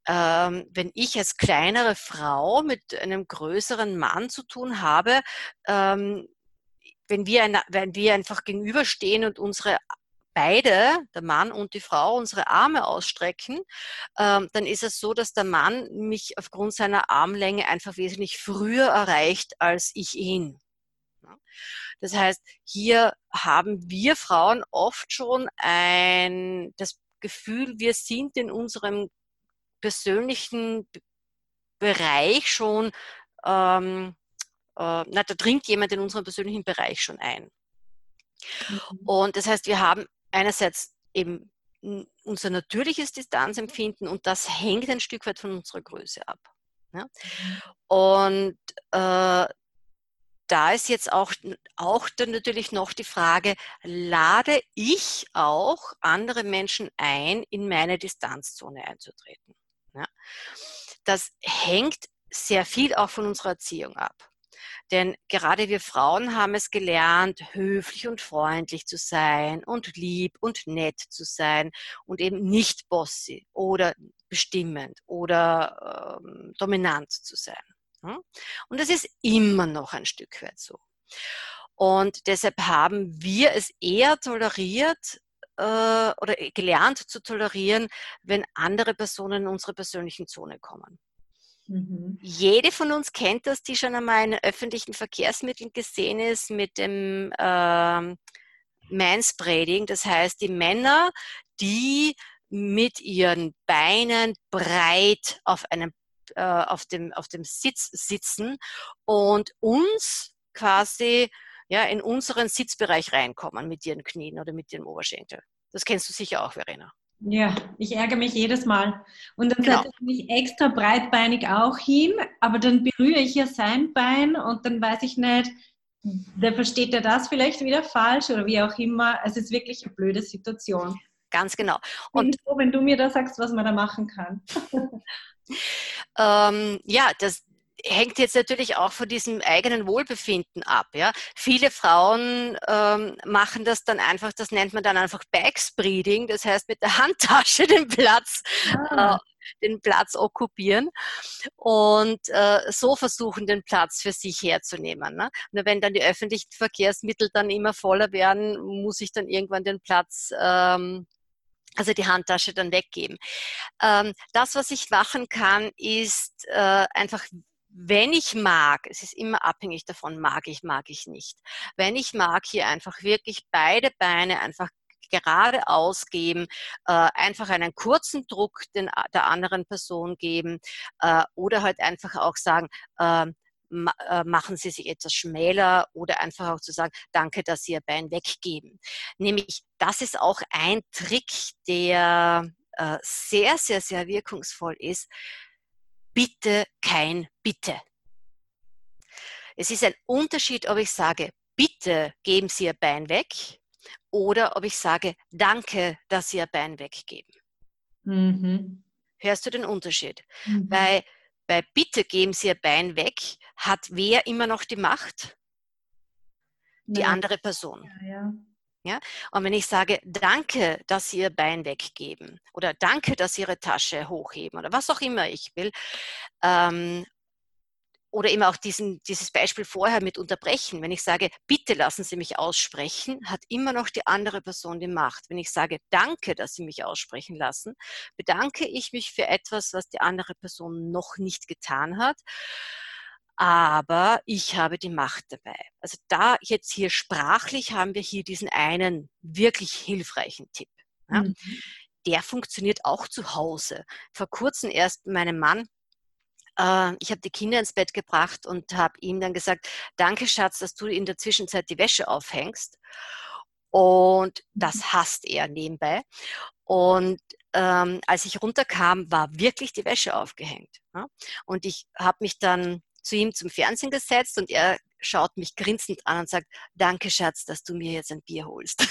Speaker 2: ähm, wenn ich als kleinere Frau mit einem größeren Mann zu tun habe, ähm, wenn wir, eine, wenn wir einfach gegenüberstehen und unsere beide, der Mann und die Frau, unsere Arme ausstrecken, ähm, dann ist es so, dass der Mann mich aufgrund seiner Armlänge einfach wesentlich früher erreicht als ich ihn. Ja. Das heißt, hier haben wir Frauen oft schon ein, das Gefühl, wir sind in unserem persönlichen Bereich schon, ähm, äh, na, da dringt jemand in unseren persönlichen Bereich schon ein.
Speaker 1: Mhm.
Speaker 2: Und das heißt, wir haben einerseits eben unser natürliches Distanzempfinden und das hängt ein Stück weit von unserer Größe ab. Ja? Und äh, da ist jetzt auch, auch dann natürlich noch die Frage, lade ich auch andere Menschen ein, in meine Distanzzone einzutreten? Ja? Das hängt sehr viel auch von unserer Erziehung ab. Denn gerade wir Frauen haben es gelernt, höflich und freundlich zu sein und lieb und nett zu sein und eben nicht bossy oder bestimmend oder ähm, dominant zu sein. Und das ist immer noch ein Stück weit so. Und deshalb haben wir es eher toleriert äh, oder gelernt zu tolerieren, wenn andere Personen in unsere persönlichen Zone kommen. Mhm. Jede von uns kennt das, die schon einmal in öffentlichen Verkehrsmitteln gesehen ist mit dem äh, Manspreading. Das heißt, die Männer, die mit ihren Beinen breit auf einem äh, auf dem, auf dem Sitz sitzen und uns quasi ja, in unseren Sitzbereich reinkommen mit ihren Knien oder mit ihrem Oberschenkel. Das kennst du sicher auch, Verena.
Speaker 1: Ja, ich ärgere mich jedes Mal. Und dann
Speaker 2: Genau.
Speaker 1: setze ich mich extra breitbeinig auch hin, aber dann berühre ich ja sein Bein und dann weiß ich nicht, der versteht ja das vielleicht wieder falsch oder wie auch immer. Es ist wirklich eine blöde Situation.
Speaker 2: Ganz genau.
Speaker 1: Und ich bin froh, wenn du mir da sagst, was man da machen kann.
Speaker 2: ähm, ja, das hängt jetzt natürlich auch von diesem eigenen Wohlbefinden ab. Ja? Viele Frauen ähm, machen das dann einfach, das nennt man dann einfach Backspreading, das heißt mit der Handtasche den Platz, ah. äh, den Platz okkupieren und äh, so versuchen, den Platz für sich herzunehmen. Ne? Nur wenn dann die öffentlichen Verkehrsmittel dann immer voller werden, muss ich dann irgendwann den Platz ähm, also die Handtasche dann weggeben. Ähm, das, was ich machen kann, ist äh, einfach, wenn ich mag, es ist immer abhängig davon, mag ich, mag ich nicht. Wenn ich mag, hier einfach wirklich beide Beine einfach gerade ausgeben, äh, einfach einen kurzen Druck den, der anderen Person geben äh, oder halt einfach auch sagen, äh, machen Sie sich etwas schmäler oder einfach auch zu sagen, danke, dass Sie Ihr Bein weggeben. Nämlich, das ist auch ein Trick, der äh, sehr, sehr, sehr wirkungsvoll ist. Bitte kein Bitte. Es ist ein Unterschied, ob ich sage, bitte geben Sie Ihr Bein weg oder ob ich sage, danke, dass Sie Ihr Bein weggeben. Mhm. Hörst du den Unterschied? Mhm. Bei Bei bitte geben Sie Ihr Bein weg, hat wer immer noch die Macht? Die Nein. andere Person. Ja, ja. Ja? Und wenn ich sage, danke, dass Sie Ihr Bein weggeben oder danke, dass Sie Ihre Tasche hochheben oder was auch immer ich will, ähm, oder eben auch diesen, dieses Beispiel vorher mit unterbrechen. Wenn ich sage, bitte lassen Sie mich aussprechen, hat immer noch die andere Person die Macht. Wenn ich sage, danke, dass Sie mich aussprechen lassen, bedanke ich mich für etwas, was die andere Person noch nicht getan hat. Aber ich habe die Macht dabei. Also da jetzt hier sprachlich haben wir hier diesen einen wirklich hilfreichen Tipp. Ja? Mhm. Der funktioniert auch zu Hause. Vor kurzem erst meinem Mann, ich habe die Kinder ins Bett gebracht und habe ihm dann gesagt, danke Schatz, dass du in der Zwischenzeit die Wäsche aufhängst. Und das hasst er nebenbei. Und ähm, als ich runterkam, war wirklich die Wäsche aufgehängt. Ja? Und ich habe mich dann zu ihm zum Fernsehen gesetzt und er schaut mich grinsend an und sagt, danke Schatz, dass du mir jetzt ein Bier holst.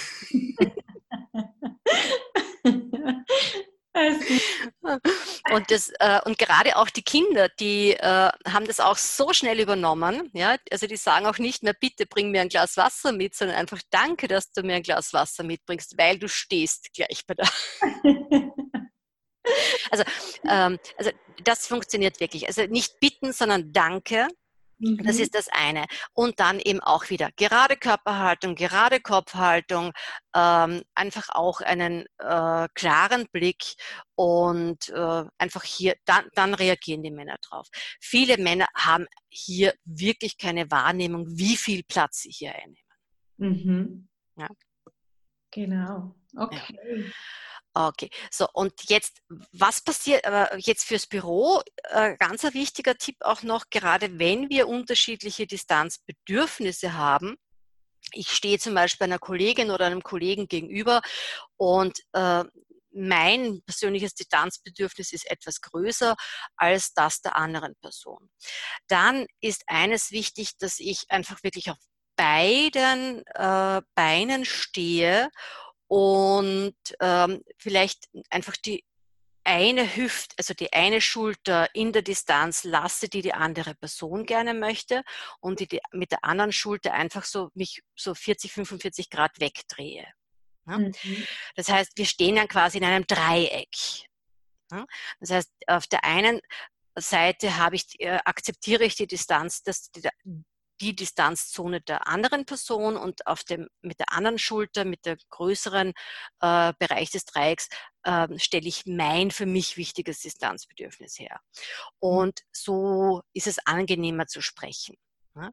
Speaker 2: Und, das, äh, und gerade auch die Kinder, die äh, haben das auch so schnell übernommen. Ja? Also die sagen auch nicht mehr, bitte bring mir ein Glas Wasser mit, sondern einfach danke, dass du mir ein Glas Wasser mitbringst, weil du stehst gleich bei der. Also, ähm, also das funktioniert wirklich. Also nicht bitten, sondern danke. Das
Speaker 1: Mhm.
Speaker 2: ist das eine. Und dann eben auch wieder gerade Körperhaltung, gerade Kopfhaltung, ähm, einfach auch einen äh, klaren Blick und äh, einfach hier, dann, dann reagieren die Männer drauf. Viele Männer haben hier wirklich keine Wahrnehmung, wie viel Platz sie hier einnehmen.
Speaker 1: Mhm.
Speaker 2: Ja,
Speaker 1: Genau.
Speaker 2: ja.
Speaker 1: Okay.
Speaker 2: Okay, so und jetzt, was passiert aber jetzt fürs Büro? Äh, ganz ein wichtiger Tipp auch noch, gerade wenn wir unterschiedliche Distanzbedürfnisse haben. Ich stehe zum Beispiel einer Kollegin oder einem Kollegen gegenüber und äh, mein persönliches Distanzbedürfnis ist etwas größer als das der anderen Person. Dann ist eines wichtig, dass ich einfach wirklich auf beiden äh, Beinen stehe und ähm, vielleicht einfach die eine Hüfte, also die eine Schulter in der Distanz lasse, die die andere Person gerne möchte und die, die mit der anderen Schulter einfach so mich so vierzig, fünfundvierzig Grad wegdrehe. Ja?
Speaker 1: Mhm.
Speaker 2: Das heißt, wir stehen dann quasi in einem Dreieck. Ja? Das heißt, auf der einen Seite habe ich, äh, akzeptiere ich die Distanz, dass die, die Distanzzone der anderen Person und auf dem, mit der anderen Schulter, mit der größeren äh, Bereich des Dreiecks, äh, stelle ich mein für mich wichtiges Distanzbedürfnis her. Und so ist es angenehmer zu sprechen. Ja?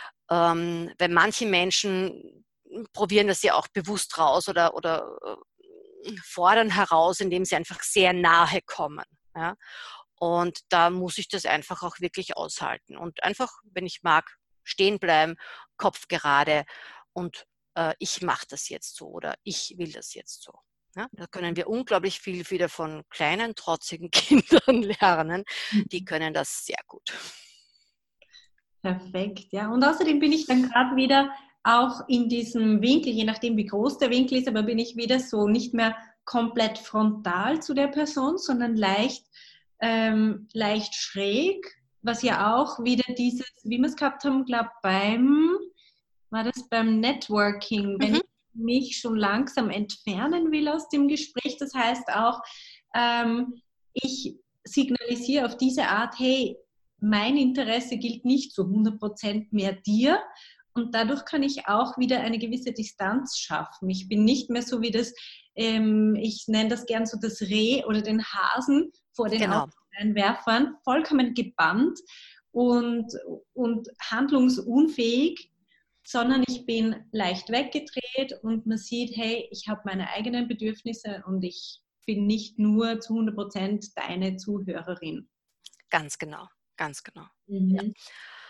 Speaker 2: Ähm, weil manche Menschen probieren das ja auch bewusst raus oder, oder äh, fordern heraus, indem sie einfach sehr nahe kommen. Ja? Und da muss ich das einfach auch wirklich aushalten. Und einfach, wenn ich mag, stehen bleiben, Kopf gerade und äh, ich mache das jetzt so oder ich will das jetzt so. Ja, da können wir unglaublich viel wieder von kleinen, trotzigen Kindern lernen. Die können das sehr gut.
Speaker 1: Perfekt, ja. Und außerdem bin ich dann gerade wieder auch in diesem Winkel, je nachdem wie groß der Winkel ist, aber bin ich wieder so nicht mehr komplett frontal zu der Person, sondern leicht, ähm, leicht schräg, was ja auch wieder dieses, wie wir es gehabt haben, glaube beim, war das beim Networking, wenn
Speaker 2: Mhm.
Speaker 1: ich mich schon langsam entfernen will aus dem Gespräch. Das heißt auch, ähm, ich signalisiere auf diese Art, hey, mein Interesse gilt nicht zu hundert Prozent mehr dir. Und dadurch kann ich auch wieder eine gewisse Distanz schaffen. Ich bin nicht mehr so wie das, ähm, ich nenne das gern so das Reh oder den Hasen vor den
Speaker 2: Genau.
Speaker 1: Autoscheinwerfern, vollkommen gebannt und, und handlungsunfähig, sondern ich bin leicht weggedreht und man sieht, hey, ich habe meine eigenen Bedürfnisse und ich bin nicht nur zu hundert Prozent deine Zuhörerin.
Speaker 2: Ganz genau, ganz genau. Ja.
Speaker 1: Mhm.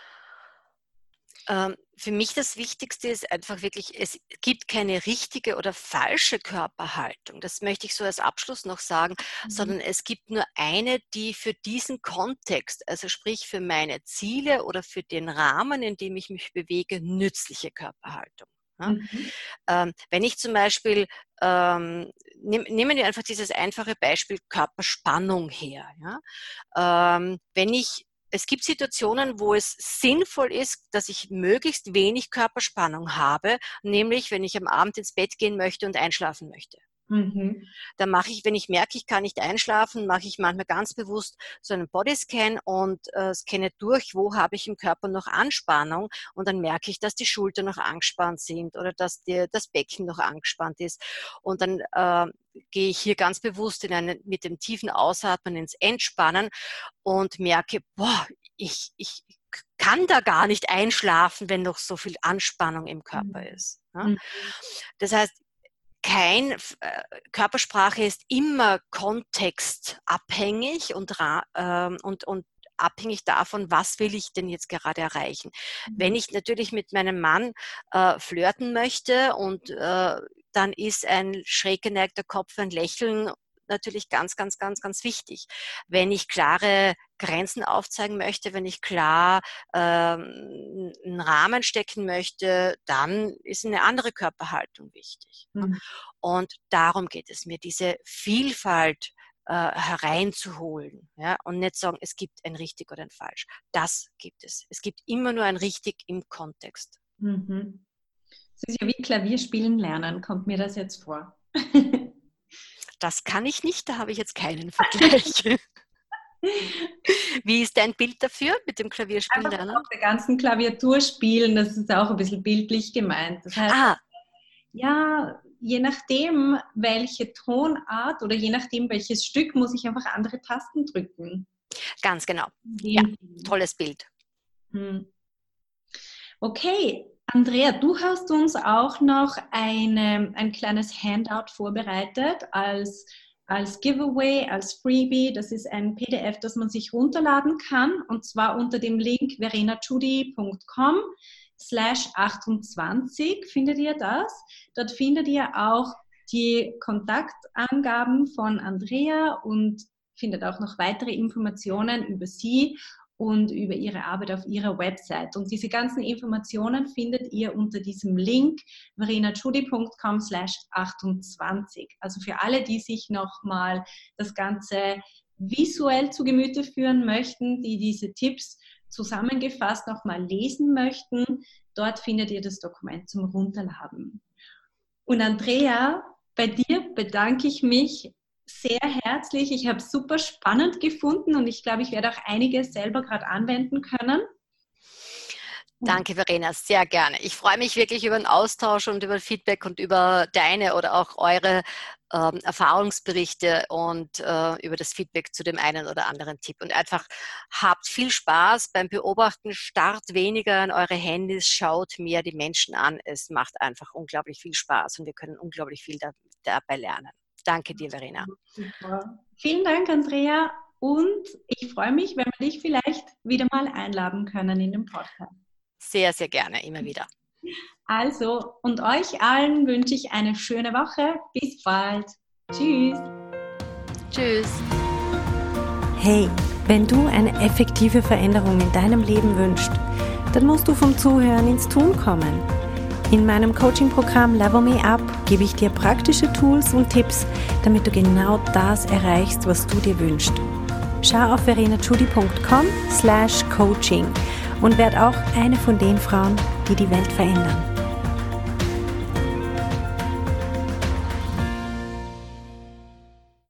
Speaker 2: Ähm, für mich das Wichtigste ist einfach wirklich, es gibt keine richtige oder falsche Körperhaltung. Das möchte ich so als Abschluss noch sagen,
Speaker 1: Mhm.
Speaker 2: sondern es gibt nur eine, die für diesen Kontext, also sprich für meine Ziele oder für den Rahmen, in dem ich mich bewege, nützliche Körperhaltung. Ja?
Speaker 1: Mhm.
Speaker 2: Ähm, wenn ich zum Beispiel, ähm, nehm, nehmen wir einfach dieses einfache Beispiel Körperspannung her. Ja? Ähm, wenn ich Es gibt Situationen, wo es sinnvoll ist, dass ich möglichst wenig Körperspannung habe, nämlich wenn ich am Abend ins Bett gehen möchte und einschlafen möchte.
Speaker 1: Mhm.
Speaker 2: Dann mache ich, wenn ich merke, ich kann nicht einschlafen, mache ich manchmal ganz bewusst so einen Bodyscan und äh, scanne durch, wo habe ich im Körper noch Anspannung und dann merke ich, dass die Schultern noch angespannt sind oder dass die, das Becken noch angespannt ist und dann äh, gehe ich hier ganz bewusst in einen, mit dem tiefen Ausatmen ins Entspannen und merke, boah, ich, ich kann da gar nicht einschlafen, wenn noch so viel Anspannung im Körper ist. Ja?
Speaker 1: Mhm.
Speaker 2: Das heißt, kein äh, Körpersprache ist immer kontextabhängig und, ähm, und, und abhängig davon, was will ich denn jetzt gerade erreichen. Wenn
Speaker 1: Mhm.
Speaker 2: ich natürlich mit meinem Mann äh, flirten möchte und äh, dann ist ein schräg geneigter Kopf, ein Lächeln natürlich ganz, ganz, ganz, ganz wichtig. Wenn ich klare Grenzen aufzeigen möchte, wenn ich klar ähm, einen Rahmen stecken möchte, dann ist eine andere Körperhaltung wichtig.
Speaker 1: Mhm.
Speaker 2: Und darum geht es mir, diese Vielfalt äh, hereinzuholen, ja, und nicht sagen, es gibt ein richtig oder ein falsch. Das gibt es. Es gibt immer nur ein richtig im Kontext.
Speaker 1: Mhm. Es ist ja wie Klavierspielen lernen, kommt mir das jetzt vor.
Speaker 2: das kann ich nicht, da habe ich jetzt keinen Vergleich. Wie ist dein Bild dafür mit dem Klavierspielen?
Speaker 1: Einfach auf der ganzen Klaviatur spielen, das ist auch ein bisschen bildlich gemeint. Das heißt,
Speaker 2: ah.
Speaker 1: ja, je nachdem, welche Tonart oder je nachdem, welches Stück, muss ich einfach andere Tasten drücken.
Speaker 2: Ganz genau. Ja, tolles Bild.
Speaker 1: Okay, Andrea, du hast uns auch noch eine, ein kleines Handout vorbereitet als, als Giveaway, als Freebie. Das ist ein P D F, das man sich runterladen kann, und zwar unter dem Link verenachudi punkt com slash achtundzwanzig findet ihr das. Dort findet ihr auch die Kontaktangaben von Andrea und findet auch noch weitere Informationen über sie und über ihre Arbeit auf ihrer Website. Und diese ganzen Informationen findet ihr unter diesem Link verenachudi punkt com slash achtundzwanzig. Also für alle, die sich nochmal das Ganze visuell zu Gemüte führen möchten, die diese Tipps zusammengefasst nochmal lesen möchten, dort findet ihr das Dokument zum Runterladen. Und Andrea, bei dir bedanke ich mich sehr herzlich. Ich habe es super spannend gefunden und ich glaube, ich werde auch einiges selber gerade anwenden können.
Speaker 2: Danke, Verena, sehr gerne. Ich freue mich wirklich über den Austausch und über Feedback und über deine oder auch eure ähm, Erfahrungsberichte und äh, über das Feedback zu dem einen oder anderen Tipp. Und einfach habt viel Spaß beim Beobachten, starrt weniger in eure Handys, schaut mehr die Menschen an. Es macht einfach unglaublich viel Spaß und wir können unglaublich viel da, dabei lernen. Danke dir, Verena.
Speaker 1: Super. Vielen Dank, Andrea. Und ich freue mich, wenn wir dich vielleicht wieder mal einladen können in den Podcast.
Speaker 2: Sehr, sehr gerne, immer wieder.
Speaker 1: Also, und euch allen wünsche ich eine schöne Woche. Bis bald. Tschüss.
Speaker 2: Tschüss.
Speaker 3: Hey, wenn du eine effektive Veränderung in deinem Leben wünschst, dann musst du vom Zuhören ins Tun kommen. In meinem Coaching-Programm Level Me Up gebe ich dir praktische Tools und Tipps, damit du genau das erreichst, was du dir wünschst. Schau auf verenachudi punkt com slash coaching und werd auch eine von den Frauen, die die Welt verändern.